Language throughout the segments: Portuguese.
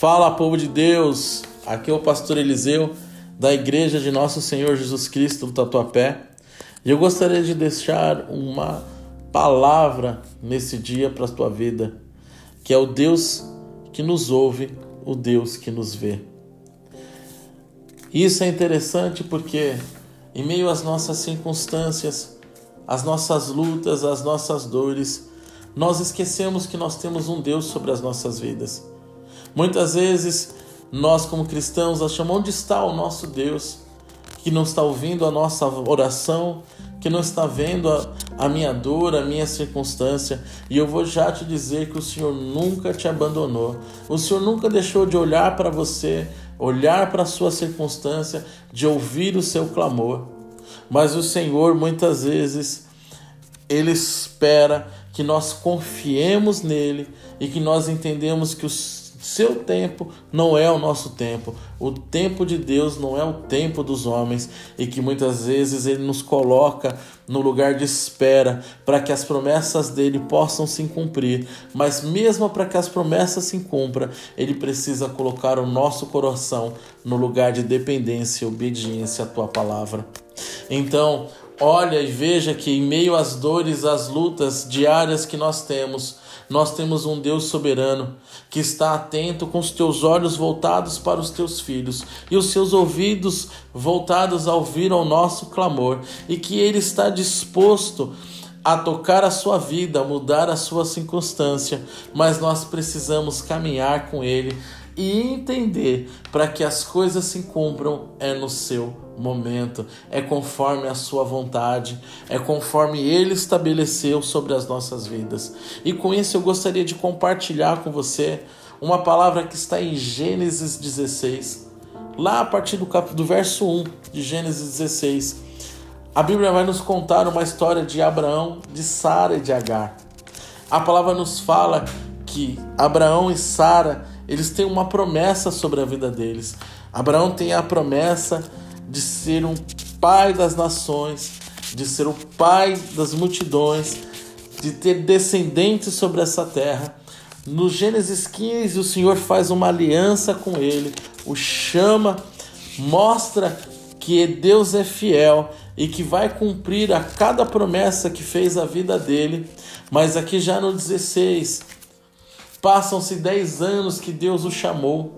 Fala, povo de Deus, aqui é o pastor Eliseu da Igreja de Nosso Senhor Jesus Cristo do Tatuapé, e eu gostaria de deixar uma palavra nesse dia para a tua vida, que é o Deus que nos ouve, o Deus que nos vê. Isso é interessante porque em meio às nossas circunstâncias, às nossas lutas, às nossas dores, nós esquecemos que nós temos um Deus sobre as nossas vidas. Muitas vezes, nós como cristãos achamos onde está o nosso Deus, que não está ouvindo a nossa oração, que não está vendo a minha dor, a minha circunstância. E eu vou já te dizer que o Senhor nunca te abandonou. O Senhor nunca deixou de olhar para você, olhar para a sua circunstância, de ouvir o seu clamor. Mas o Senhor, muitas vezes, Ele espera que nós confiemos nele e que nós entendemos que o seu tempo não é o nosso tempo. O tempo de Deus não é o tempo dos homens, e que muitas vezes Ele nos coloca no lugar de espera para que as promessas dele possam se cumprir. Mas mesmo para que as promessas se cumpram, Ele precisa colocar o nosso coração no lugar de dependência e obediência à tua palavra. Então, olha e veja que em meio às dores, às lutas diárias que nós temos um Deus soberano que está atento, com os teus olhos voltados para os teus filhos e os seus ouvidos voltados a ouvir o nosso clamor, e que Ele está disposto a tocar a sua vida, a mudar a sua circunstância, mas nós precisamos caminhar com Ele e entender para que as coisas se cumpram é no seu momento, é conforme a sua vontade, é conforme Ele estabeleceu sobre as nossas vidas. E com isso eu gostaria de compartilhar com você uma palavra que está em Gênesis 16, lá a partir do verso 1 de Gênesis 16. A Bíblia vai nos contar uma história de Abraão, de Sara e de Agar. A palavra nos fala que Abraão e Sara, eles têm uma promessa sobre a vida deles. Abraão tem a promessa de ser um pai das nações, de ser o pai das multidões, de ter descendentes sobre essa terra. No Gênesis 15, o Senhor faz uma aliança com ele, o chama, mostra que Deus é fiel e que vai cumprir a cada promessa que fez a vida dele. Mas aqui já no 16, passam-se 10 anos que Deus o chamou.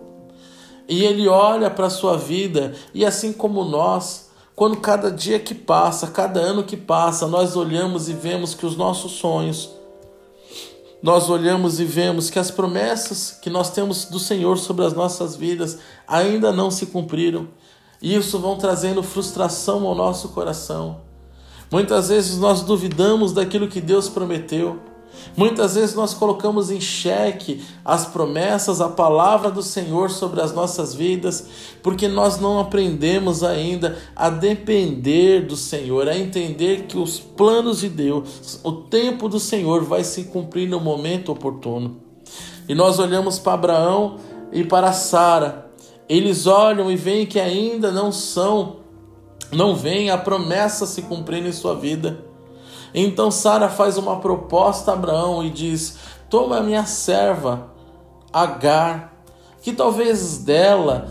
E Ele olha para a sua vida, e assim como nós, quando cada dia que passa, cada ano que passa, nós olhamos e vemos que os nossos sonhos, nós olhamos e vemos que as promessas que nós temos do Senhor sobre as nossas vidas ainda não se cumpriram. E isso vão trazendo frustração ao nosso coração. Muitas vezes nós duvidamos daquilo que Deus prometeu. Muitas vezes nós colocamos em xeque as promessas, a palavra do Senhor sobre as nossas vidas, porque nós não aprendemos ainda a depender do Senhor, a entender que os planos de Deus, o tempo do Senhor vai se cumprir no momento oportuno. E nós olhamos para Abraão e para Sara, eles olham e veem que ainda não vem a promessa se cumprindo em sua vida. Então Sara faz uma proposta a Abraão e diz: toma a minha serva Agar, que talvez dela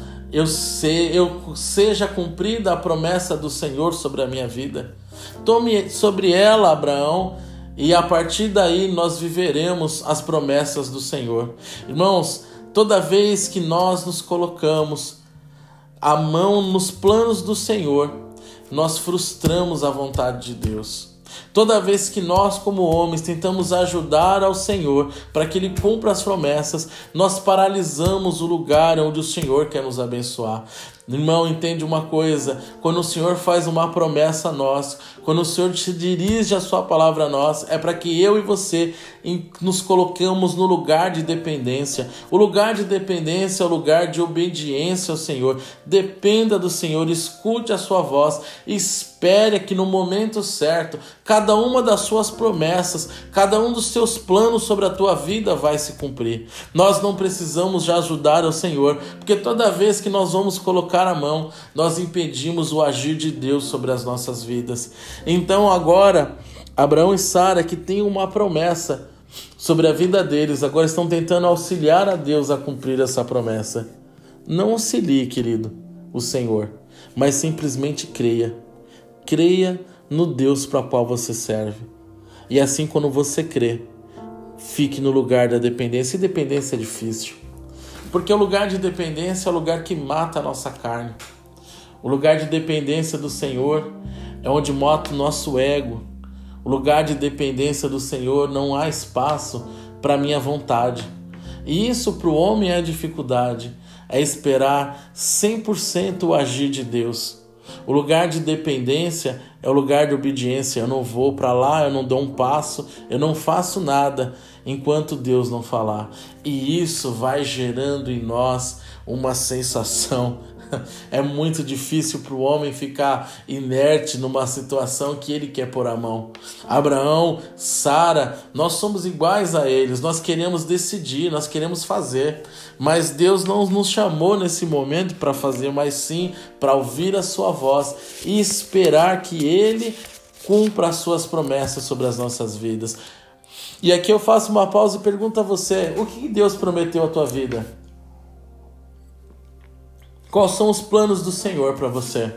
seja cumprida a promessa do Senhor sobre a minha vida. Tome sobre ela, Abraão, e a partir daí nós viveremos as promessas do Senhor. Irmãos, toda vez que nós nos colocamos a mão nos planos do Senhor, nós frustramos a vontade de Deus. Toda vez que nós, como homens, tentamos ajudar ao Senhor para que Ele cumpra as promessas, nós paralisamos o lugar onde o Senhor quer nos abençoar. Irmão, entende uma coisa: quando o Senhor faz uma promessa a nós, quando o Senhor se dirige a sua palavra a nós, é para que eu e você nos coloquemos no lugar de dependência. O lugar de dependência é o lugar de obediência ao Senhor. Dependa do Senhor, escute a sua voz, espere que no momento certo, cada uma das suas promessas, cada um dos seus planos sobre a tua vida vai se cumprir. Nós não precisamos já ajudar ao Senhor, porque toda vez que nós vamos colocar a mão, nós impedimos o agir de Deus sobre as nossas vidas. Então agora, Abraão e Sara, que têm uma promessa, sobre a vida deles, agora estão tentando auxiliar a Deus a cumprir essa promessa. Não auxilie, querido, o Senhor, mas simplesmente creia. Creia no Deus para o qual você serve. E assim, quando você crê, fique no lugar da dependência. E dependência é difícil, porque o lugar de dependência é o lugar que mata a nossa carne. O lugar de dependência do Senhor é onde mata o nosso ego. O lugar de dependência do Senhor não há espaço para a minha vontade. E isso para o homem é dificuldade, é esperar 100% o agir de Deus. O lugar de dependência é o lugar de obediência. Eu não vou para lá, eu não dou um passo, eu não faço nada enquanto Deus não falar. E isso vai gerando em nós uma sensação. É muito difícil para o homem ficar inerte numa situação que ele quer pôr a mão. Abraão, Sara, nós somos iguais a eles. Nós queremos decidir, nós queremos fazer. Mas Deus não nos chamou nesse momento para fazer, mas sim para ouvir a sua voz e esperar que Ele cumpra as suas promessas sobre as nossas vidas. E aqui eu faço uma pausa e pergunto a você: o que Deus prometeu à tua vida? Quais são os planos do Senhor para você?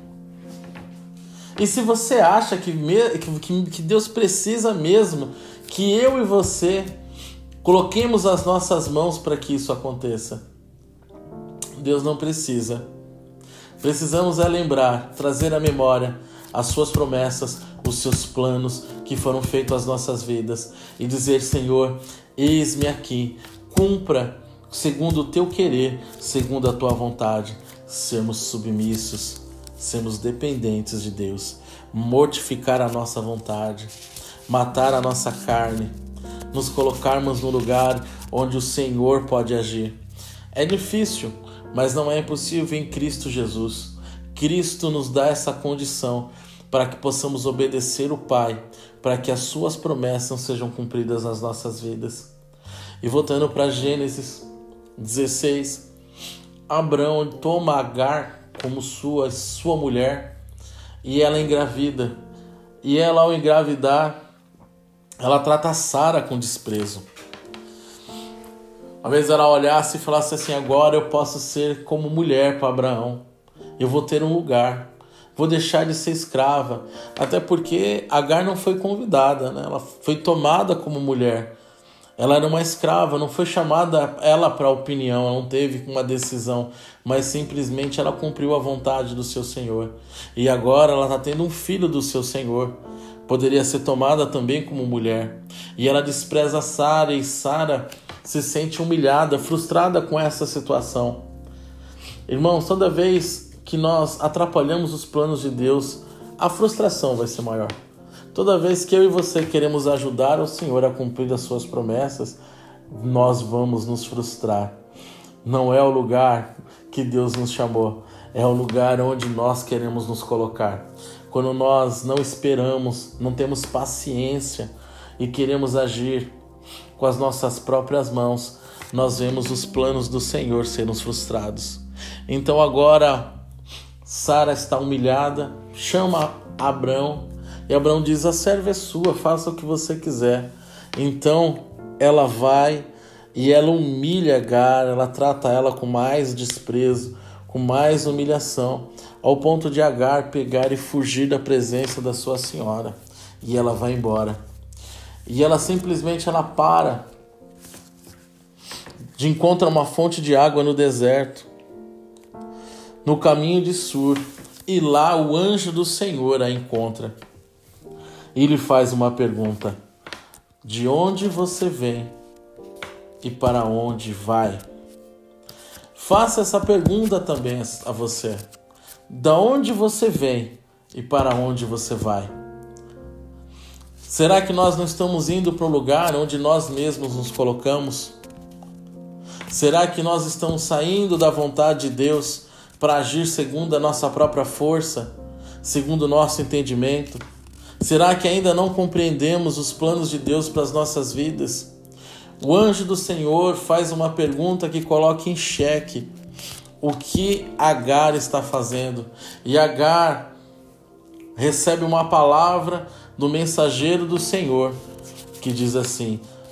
E se você acha que Deus precisa mesmo que eu e você coloquemos as nossas mãos para que isso aconteça? Deus não precisa. Precisamos lembrar, trazer à memória as suas promessas, os seus planos que foram feitos às nossas vidas e dizer: Senhor, eis-me aqui, cumpra segundo o teu querer, segundo a tua vontade. Sermos submissos, sermos dependentes de Deus, mortificar a nossa vontade, matar a nossa carne, nos colocarmos no lugar onde o Senhor pode agir. É difícil, mas não é impossível em Cristo Jesus. Cristo nos dá essa condição para que possamos obedecer o Pai, para que as suas promessas sejam cumpridas nas nossas vidas. E voltando para Gênesis 16, Abrão toma Agar como sua mulher e ela engravida. E ela, ao engravidar, ela trata Sara com desprezo. Às vezes ela olhasse e falasse assim: agora eu posso ser como mulher para Abraão. Eu vou ter um lugar. Vou deixar de ser escrava. Até porque Agar não foi convidada, né? Ela foi tomada como mulher. Ela era uma escrava, não foi chamada ela para opinião, ela não teve uma decisão, mas simplesmente ela cumpriu a vontade do seu Senhor. E agora ela está tendo um filho do seu Senhor. Poderia ser tomada também como mulher. E ela despreza Sara, e Sara se sente humilhada, frustrada com essa situação. Irmãos, toda vez que nós atrapalhamos os planos de Deus, a frustração vai ser maior. Toda vez que eu e você queremos ajudar o Senhor a cumprir as suas promessas, nós vamos nos frustrar. Não é o lugar que Deus nos chamou, é o lugar onde nós queremos nos colocar. Quando nós não esperamos, não temos paciência e queremos agir com as nossas próprias mãos, nós vemos os planos do Senhor serem frustrados. Então agora Sara está humilhada, chama Abrão, e Abrão diz: a serva é sua, faça o que você quiser. Então ela vai e ela humilha Agar, ela trata ela com mais desprezo, com mais humilhação, ao ponto de Agar pegar e fugir da presença da sua senhora. E ela vai embora. E ela simplesmente para de encontrar uma fonte de água no deserto, no caminho de Sur. E lá o anjo do Senhor a encontra. E lhe faz uma pergunta: de onde você vem e para onde vai? Faça essa pergunta também a você. Da onde você vem e para onde você vai? Será que nós não estamos indo para um lugar onde nós mesmos nos colocamos? Será que nós estamos saindo da vontade de Deus para agir segundo a nossa própria força, segundo o nosso entendimento? Será que ainda não compreendemos os planos de Deus para as nossas vidas? O anjo do Senhor faz uma pergunta que coloca em xeque o que Agar está fazendo. E Agar recebe uma palavra do mensageiro do Senhor, que diz assim: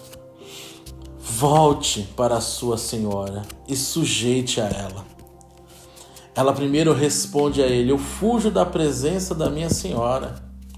volte para a sua senhora e sujeite a ela. Ela primeiro responde a ele: eu fujo da presença da minha senhora.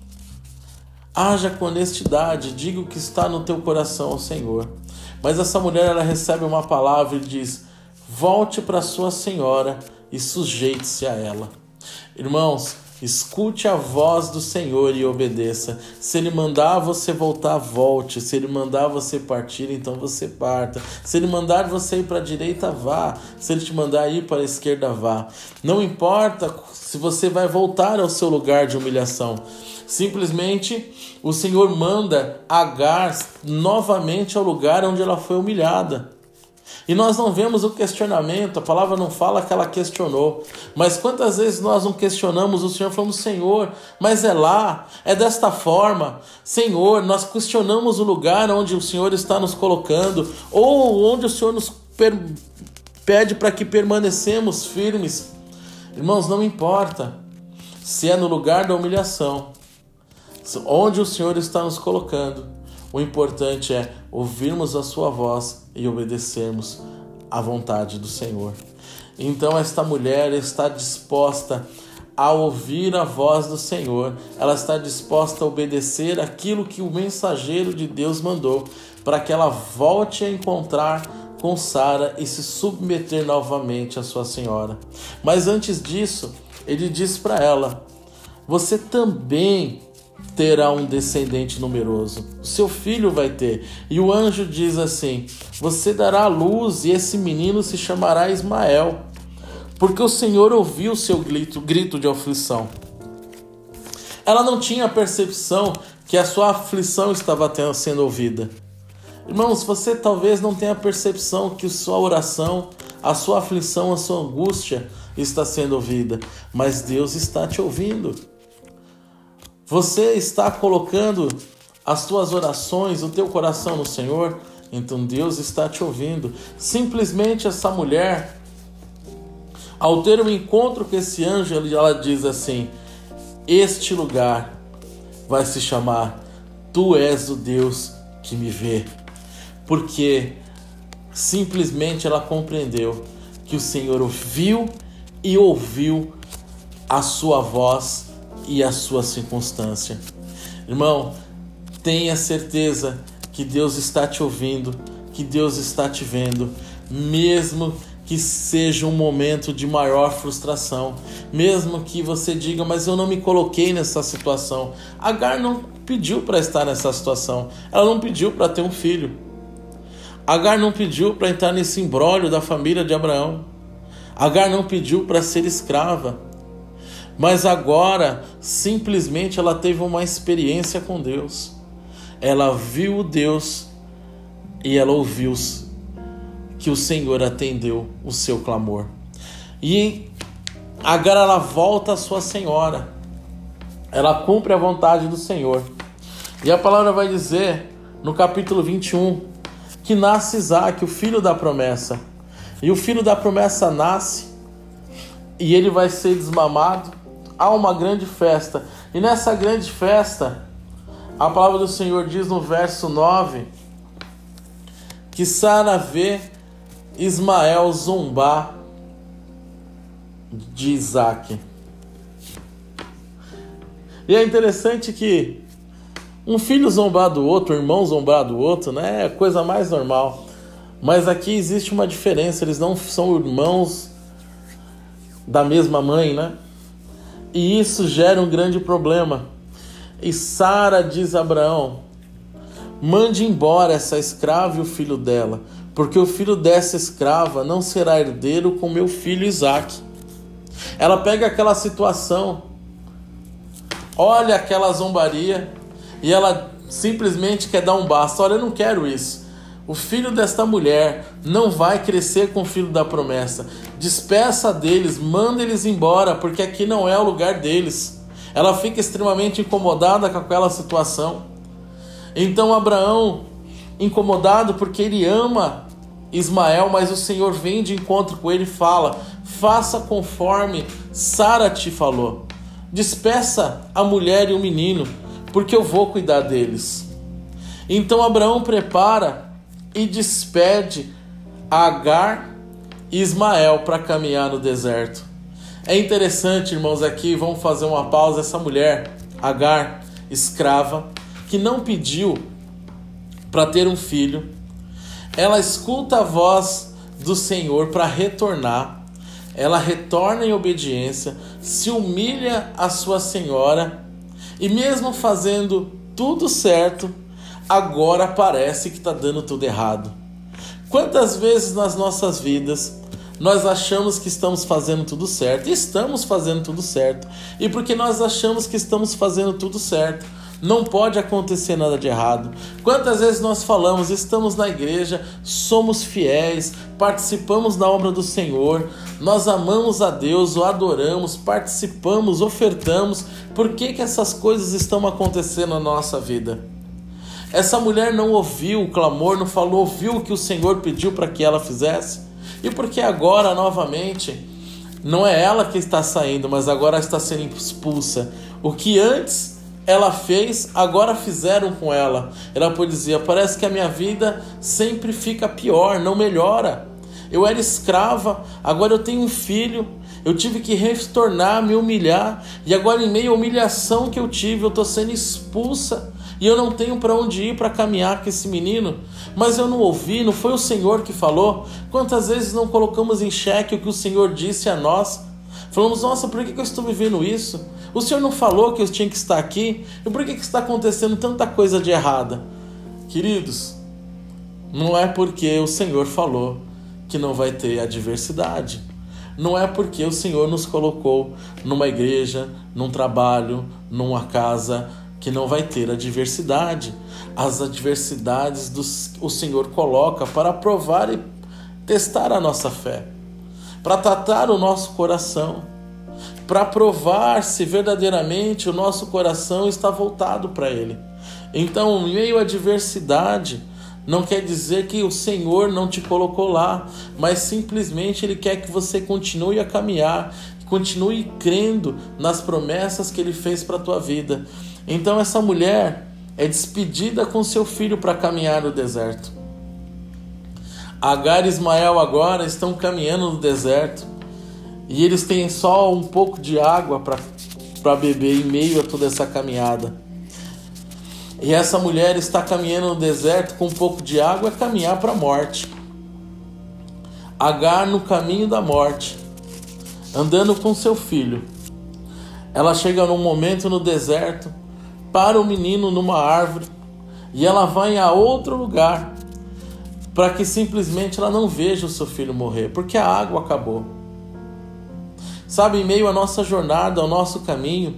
Haja com honestidade, diga o que está no teu coração ao Senhor. Mas essa mulher, ela recebe uma palavra e diz: volte para a sua senhora e sujeite-se a ela. Irmãos, escute a voz do Senhor e obedeça. Se Ele mandar você voltar, volte. Se Ele mandar você partir, então você parta. Se Ele mandar você ir para a direita, vá. Se Ele te mandar ir para a esquerda, vá. Não importa se você vai voltar ao seu lugar de humilhação. Simplesmente o Senhor manda Agar novamente ao lugar onde ela foi humilhada. E nós não vemos o questionamento, a palavra não fala que ela questionou. Mas quantas vezes nós não questionamos o Senhor, falamos: Senhor, mas é lá, é desta forma. Senhor, nós questionamos o lugar onde o Senhor está nos colocando, ou onde o Senhor nos pede para que permanecemos firmes. Irmãos, não importa se é no lugar da humilhação, onde o Senhor está nos colocando. O importante é ouvirmos a sua voz e obedecermos à vontade do Senhor. Então esta mulher está disposta a ouvir a voz do Senhor. Ela está disposta a obedecer aquilo que o mensageiro de Deus mandou, para que ela volte a encontrar com Sara e se submeter novamente à sua senhora. Mas antes disso, ele diz para ela: você também terá um descendente numeroso, o seu filho vai ter. E o anjo diz assim: você dará à luz e esse menino se chamará Ismael, porque o Senhor ouviu o seu grito de aflição. Ela não tinha a percepção que a sua aflição estava sendo ouvida. Irmãos, você talvez não tenha a percepção que a sua oração, a sua aflição, a sua angústia está sendo ouvida, mas Deus está te ouvindo. Você está colocando as tuas orações, o teu coração no Senhor, então Deus está te ouvindo. Simplesmente essa mulher, ao ter um encontro com esse anjo, ela diz assim: este lugar vai se chamar Tu és o Deus que me vê. Porque simplesmente ela compreendeu que o Senhor viu e ouviu a sua voz e a sua circunstância. Irmão, tenha certeza que Deus está te ouvindo, que Deus está te vendo, mesmo que seja um momento de maior frustração, mesmo que você diga: mas eu não me coloquei nessa situação. Agar não pediu para estar nessa situação, ela não pediu para ter um filho. Agar não pediu para entrar nesse imbróglio da família de Abraão. Agar não pediu para ser escrava. Mas agora, simplesmente ela teve uma experiência com Deus. Ela viu Deus e ela ouviu que o Senhor atendeu o seu clamor. E Agar, ela volta à sua senhora. Ela cumpre a vontade do Senhor. E a palavra vai dizer, no capítulo 21, que nasce Isaac, o filho da promessa. E o filho da promessa nasce e ele vai ser desmamado. Há uma grande festa. E nessa grande festa, a palavra do Senhor diz no verso 9 que Sara vê Ismael zombar de Isaac. E é interessante que um filho zombar do outro, um irmão zombar do outro, né, é a coisa mais normal. Mas aqui existe uma diferença, eles não são irmãos da mesma mãe, né? E isso gera um grande problema. E Sara diz a Abraão: mande embora essa escrava e o filho dela, porque o filho dessa escrava não será herdeiro com meu filho Isaque. Ela pega aquela situação, olha aquela zombaria, e ela simplesmente quer dar um basta. Olha, eu não quero isso. O filho desta mulher não vai crescer com o filho da promessa. Despeça deles, manda eles embora, porque aqui não é o lugar deles. Ela fica extremamente incomodada com aquela situação. Então Abraão, incomodado porque ele ama Ismael, mas o Senhor vem de encontro com ele e fala: faça conforme Sara te falou. Despeça a mulher e o menino, porque eu vou cuidar deles. Então Abraão prepara e despede Agar e Ismael para caminhar no deserto. É interessante, irmãos, aqui vamos fazer uma pausa. Essa mulher, Agar, escrava, que não pediu para ter um filho, ela escuta a voz do Senhor para retornar. Ela retorna em obediência, se humilha à sua senhora e mesmo fazendo tudo certo, agora parece que está dando tudo errado. Quantas vezes nas nossas vidas nós achamos que estamos fazendo tudo certo, e estamos fazendo tudo certo, e porque nós achamos que estamos fazendo tudo certo, não pode acontecer nada de errado. Quantas vezes nós falamos, estamos na igreja, somos fiéis, participamos da obra do Senhor, nós amamos a Deus, o adoramos, participamos, ofertamos, por que essas coisas estão acontecendo na nossa vida? Essa mulher não ouviu o clamor, não falou, ouviu o que o Senhor pediu para que ela fizesse? E porque agora, novamente, não é ela que está saindo, mas agora está sendo expulsa. O que antes ela fez, agora fizeram com ela. Ela pode dizer, parece que a minha vida sempre fica pior, não melhora. Eu era escrava, agora eu tenho um filho, eu tive que retornar, me humilhar, e agora em meio à humilhação que eu tive, eu estou sendo expulsa, e eu não tenho para onde ir para caminhar com esse menino, mas eu não ouvi, não foi o Senhor que falou. Quantas vezes não colocamos em xeque o que o Senhor disse a nós? Falamos, nossa, por que eu estou vivendo isso? O Senhor não falou que eu tinha que estar aqui? E por que está acontecendo tanta coisa de errada? Queridos, não é porque o Senhor falou que não vai ter adversidade. Não é porque o Senhor nos colocou numa igreja, num trabalho, numa casa, que não vai ter adversidade. As adversidades o Senhor coloca para provar e testar a nossa fé, para tratar o nosso coração, para provar se verdadeiramente o nosso coração está voltado para Ele. Então, em meio à adversidade, não quer dizer que o Senhor não te colocou lá, mas simplesmente Ele quer que você continue a caminhar, continue crendo nas promessas que Ele fez para a tua vida. Então essa mulher é despedida com seu filho para caminhar no deserto. Agar e Ismael agora estão caminhando no deserto, e eles têm só um pouco de água para beber em meio a toda essa caminhada. E essa mulher está caminhando no deserto com um pouco de água, é caminhar para a morte. Agar no caminho da morte, andando com seu filho. Ela chega num momento no deserto, para o menino numa árvore, e ela vai a outro lugar, para que simplesmente ela não veja o seu filho morrer, porque a água acabou. Sabe, em meio à nossa jornada, ao nosso caminho,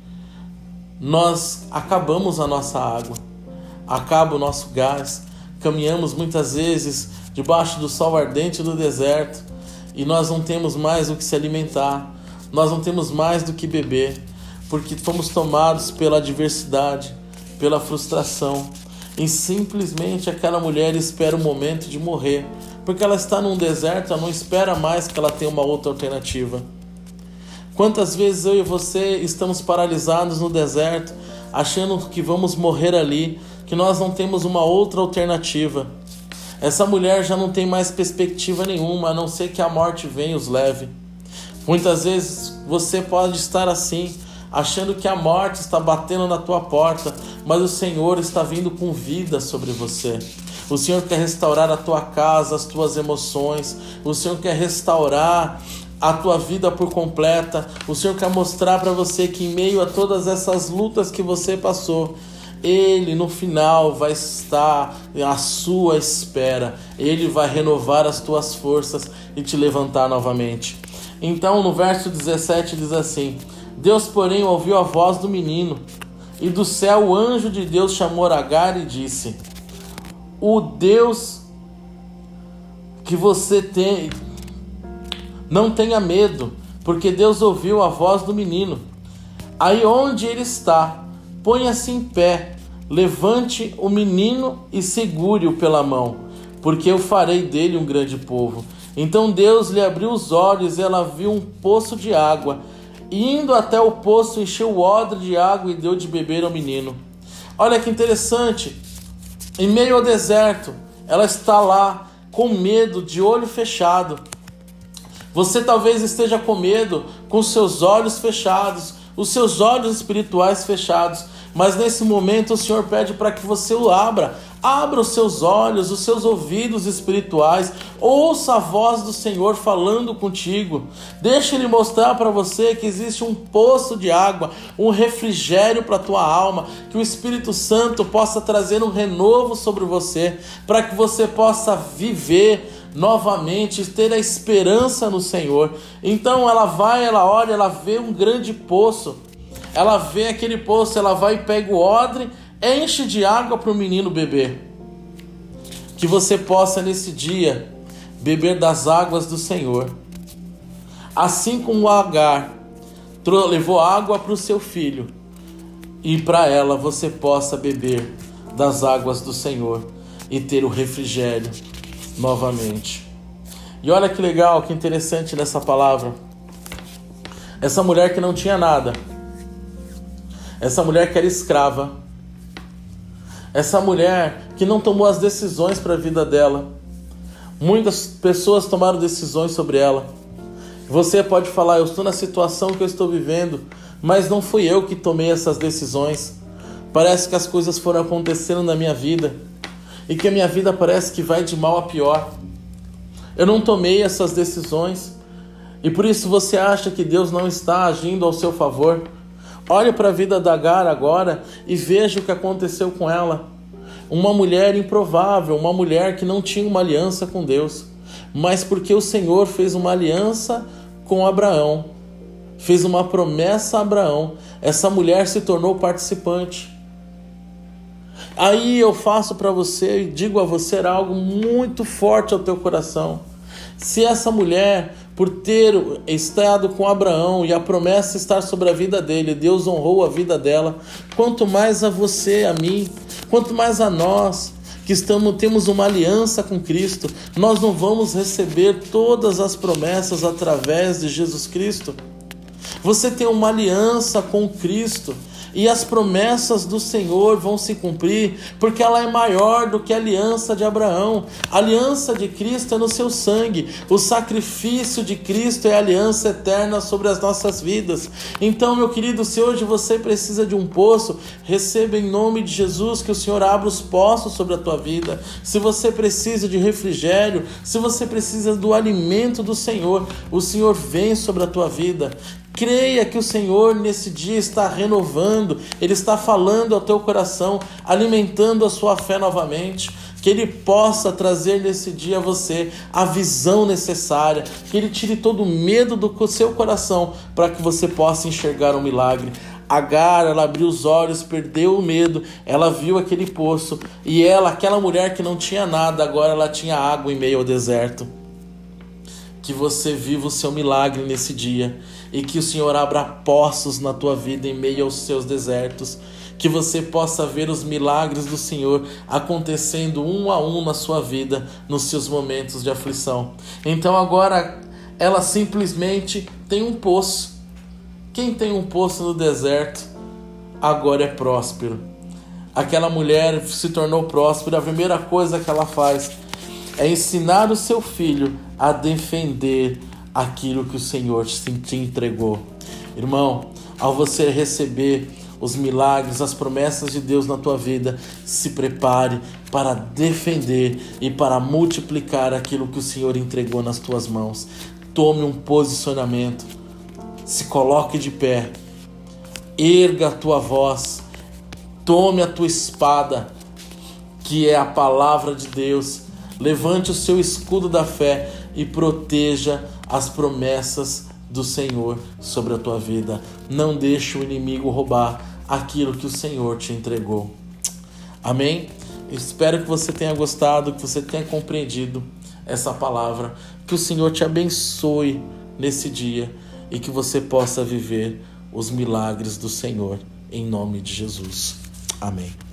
nós acabamos a nossa água, acaba o nosso gás, caminhamos muitas vezes debaixo do sol ardente do deserto, e nós não temos mais o que se alimentar, nós não temos mais do que beber, porque fomos tomados pela adversidade, pela frustração, e simplesmente aquela mulher espera o momento de morrer, porque ela está num deserto, ela não espera mais que ela tenha uma outra alternativa. Quantas vezes eu e você estamos paralisados no deserto, achando que vamos morrer ali, que nós não temos uma outra alternativa. Essa mulher já não tem mais perspectiva nenhuma, a não ser que a morte venha e os leve. Muitas vezes você pode estar assim, achando que a morte está batendo na tua porta, mas o Senhor está vindo com vida sobre você. O Senhor quer restaurar a tua casa, as tuas emoções. O Senhor quer restaurar a tua vida por completa. O Senhor quer mostrar para você que em meio a todas essas lutas que você passou, Ele no final vai estar à sua espera. Ele vai renovar as tuas forças e te levantar novamente. Então no verso 17 diz assim: Deus, porém, ouviu a voz do menino, e do céu o anjo de Deus chamou Agar e disse: o Deus que você tem, não tenha medo, porque Deus ouviu a voz do menino. Aí onde ele está, ponha-se em pé, levante o menino e segure-o pela mão, porque eu farei dele um grande povo. Então Deus lhe abriu os olhos e ela viu um poço de água. Indo até o poço, encheu o odre de água e deu de beber ao menino. Olha que interessante, em meio ao deserto, ela está lá com medo, de olho fechado. Você talvez esteja com medo, com seus olhos fechados, os seus olhos espirituais fechados, mas nesse momento o Senhor pede para que você o abra. Abra os seus olhos, os seus ouvidos espirituais, ouça a voz do Senhor falando contigo. Deixa Ele mostrar para você que existe um poço de água, um refrigério para a tua alma, que o Espírito Santo possa trazer um renovo sobre você, para que você possa viver novamente, ter a esperança no Senhor. Então ela vai, ela olha, ela vê um grande poço, ela vê aquele poço, ela vai e pega o odre, enche de água para o menino beber. Que você possa nesse dia beber das águas do Senhor, assim como Agar levou água para o seu filho, e para ela você possa beber das águas do Senhor e ter o refrigério novamente. E olha que legal, que interessante nessa palavra. Essa mulher que não tinha nada, essa mulher que era escrava, essa mulher que não tomou as decisões para a vida dela. Muitas pessoas tomaram decisões sobre ela. Você pode falar: eu estou na situação que eu estou vivendo, mas não fui eu que tomei essas decisões. Parece que as coisas foram acontecendo na minha vida e que a minha vida parece que vai de mal a pior. Eu não tomei essas decisões e por isso você acha que Deus não está agindo ao seu favor. Olhe para a vida da Agar agora e veja o que aconteceu com ela. Uma mulher improvável, uma mulher que não tinha uma aliança com Deus, mas porque o Senhor fez uma aliança com Abraão, fez uma promessa a Abraão, essa mulher se tornou participante. Aí eu faço para você e digo a você algo muito forte ao teu coração. Se essa mulher, por ter estado com Abraão e a promessa estar sobre a vida dele, Deus honrou a vida dela, quanto mais a você, a mim, quanto mais a nós, que temos uma aliança com Cristo, nós não vamos receber todas as promessas através de Jesus Cristo? Você tem uma aliança com Cristo e as promessas do Senhor vão se cumprir, porque ela é maior do que a aliança de Abraão. A aliança de Cristo é no seu sangue. O sacrifício de Cristo é a aliança eterna sobre as nossas vidas. Então, meu querido, se hoje você precisa de um poço, receba em nome de Jesus que o Senhor abra os poços sobre a tua vida. Se você precisa de refrigério, se você precisa do alimento do Senhor, o Senhor vem sobre a tua vida. Creia que o Senhor nesse dia está renovando, Ele está falando ao teu coração, alimentando a sua fé novamente, que Ele possa trazer nesse dia a você a visão necessária, que Ele tire todo o medo do seu coração para que você possa enxergar um milagre. Agar, ela abriu os olhos, perdeu o medo, ela viu aquele poço e ela, aquela mulher que não tinha nada, agora ela tinha água em meio ao deserto. Que você viva o seu milagre nesse dia e que o Senhor abra poços na tua vida em meio aos seus desertos, que você possa ver os milagres do Senhor acontecendo um a um na sua vida, nos seus momentos de aflição. Então agora ela simplesmente tem um poço. Quem tem um poço no deserto agora é próspero. Aquela mulher se tornou próspera. A primeira coisa que ela faz é ensinar o seu filho a defender aquilo que o Senhor te entregou. Irmão, ao você receber os milagres, as promessas de Deus na tua vida, se prepare para defender e para multiplicar aquilo que o Senhor entregou nas tuas mãos. Tome um posicionamento, se coloque de pé, erga a tua voz, tome a tua espada, que é a palavra de Deus. Levante o seu escudo da fé e proteja as promessas do Senhor sobre a tua vida. Não deixe o inimigo roubar aquilo que o Senhor te entregou. Amém? Espero que você tenha gostado, que você tenha compreendido essa palavra. Que o Senhor te abençoe nesse dia e que você possa viver os milagres do Senhor em nome de Jesus. Amém.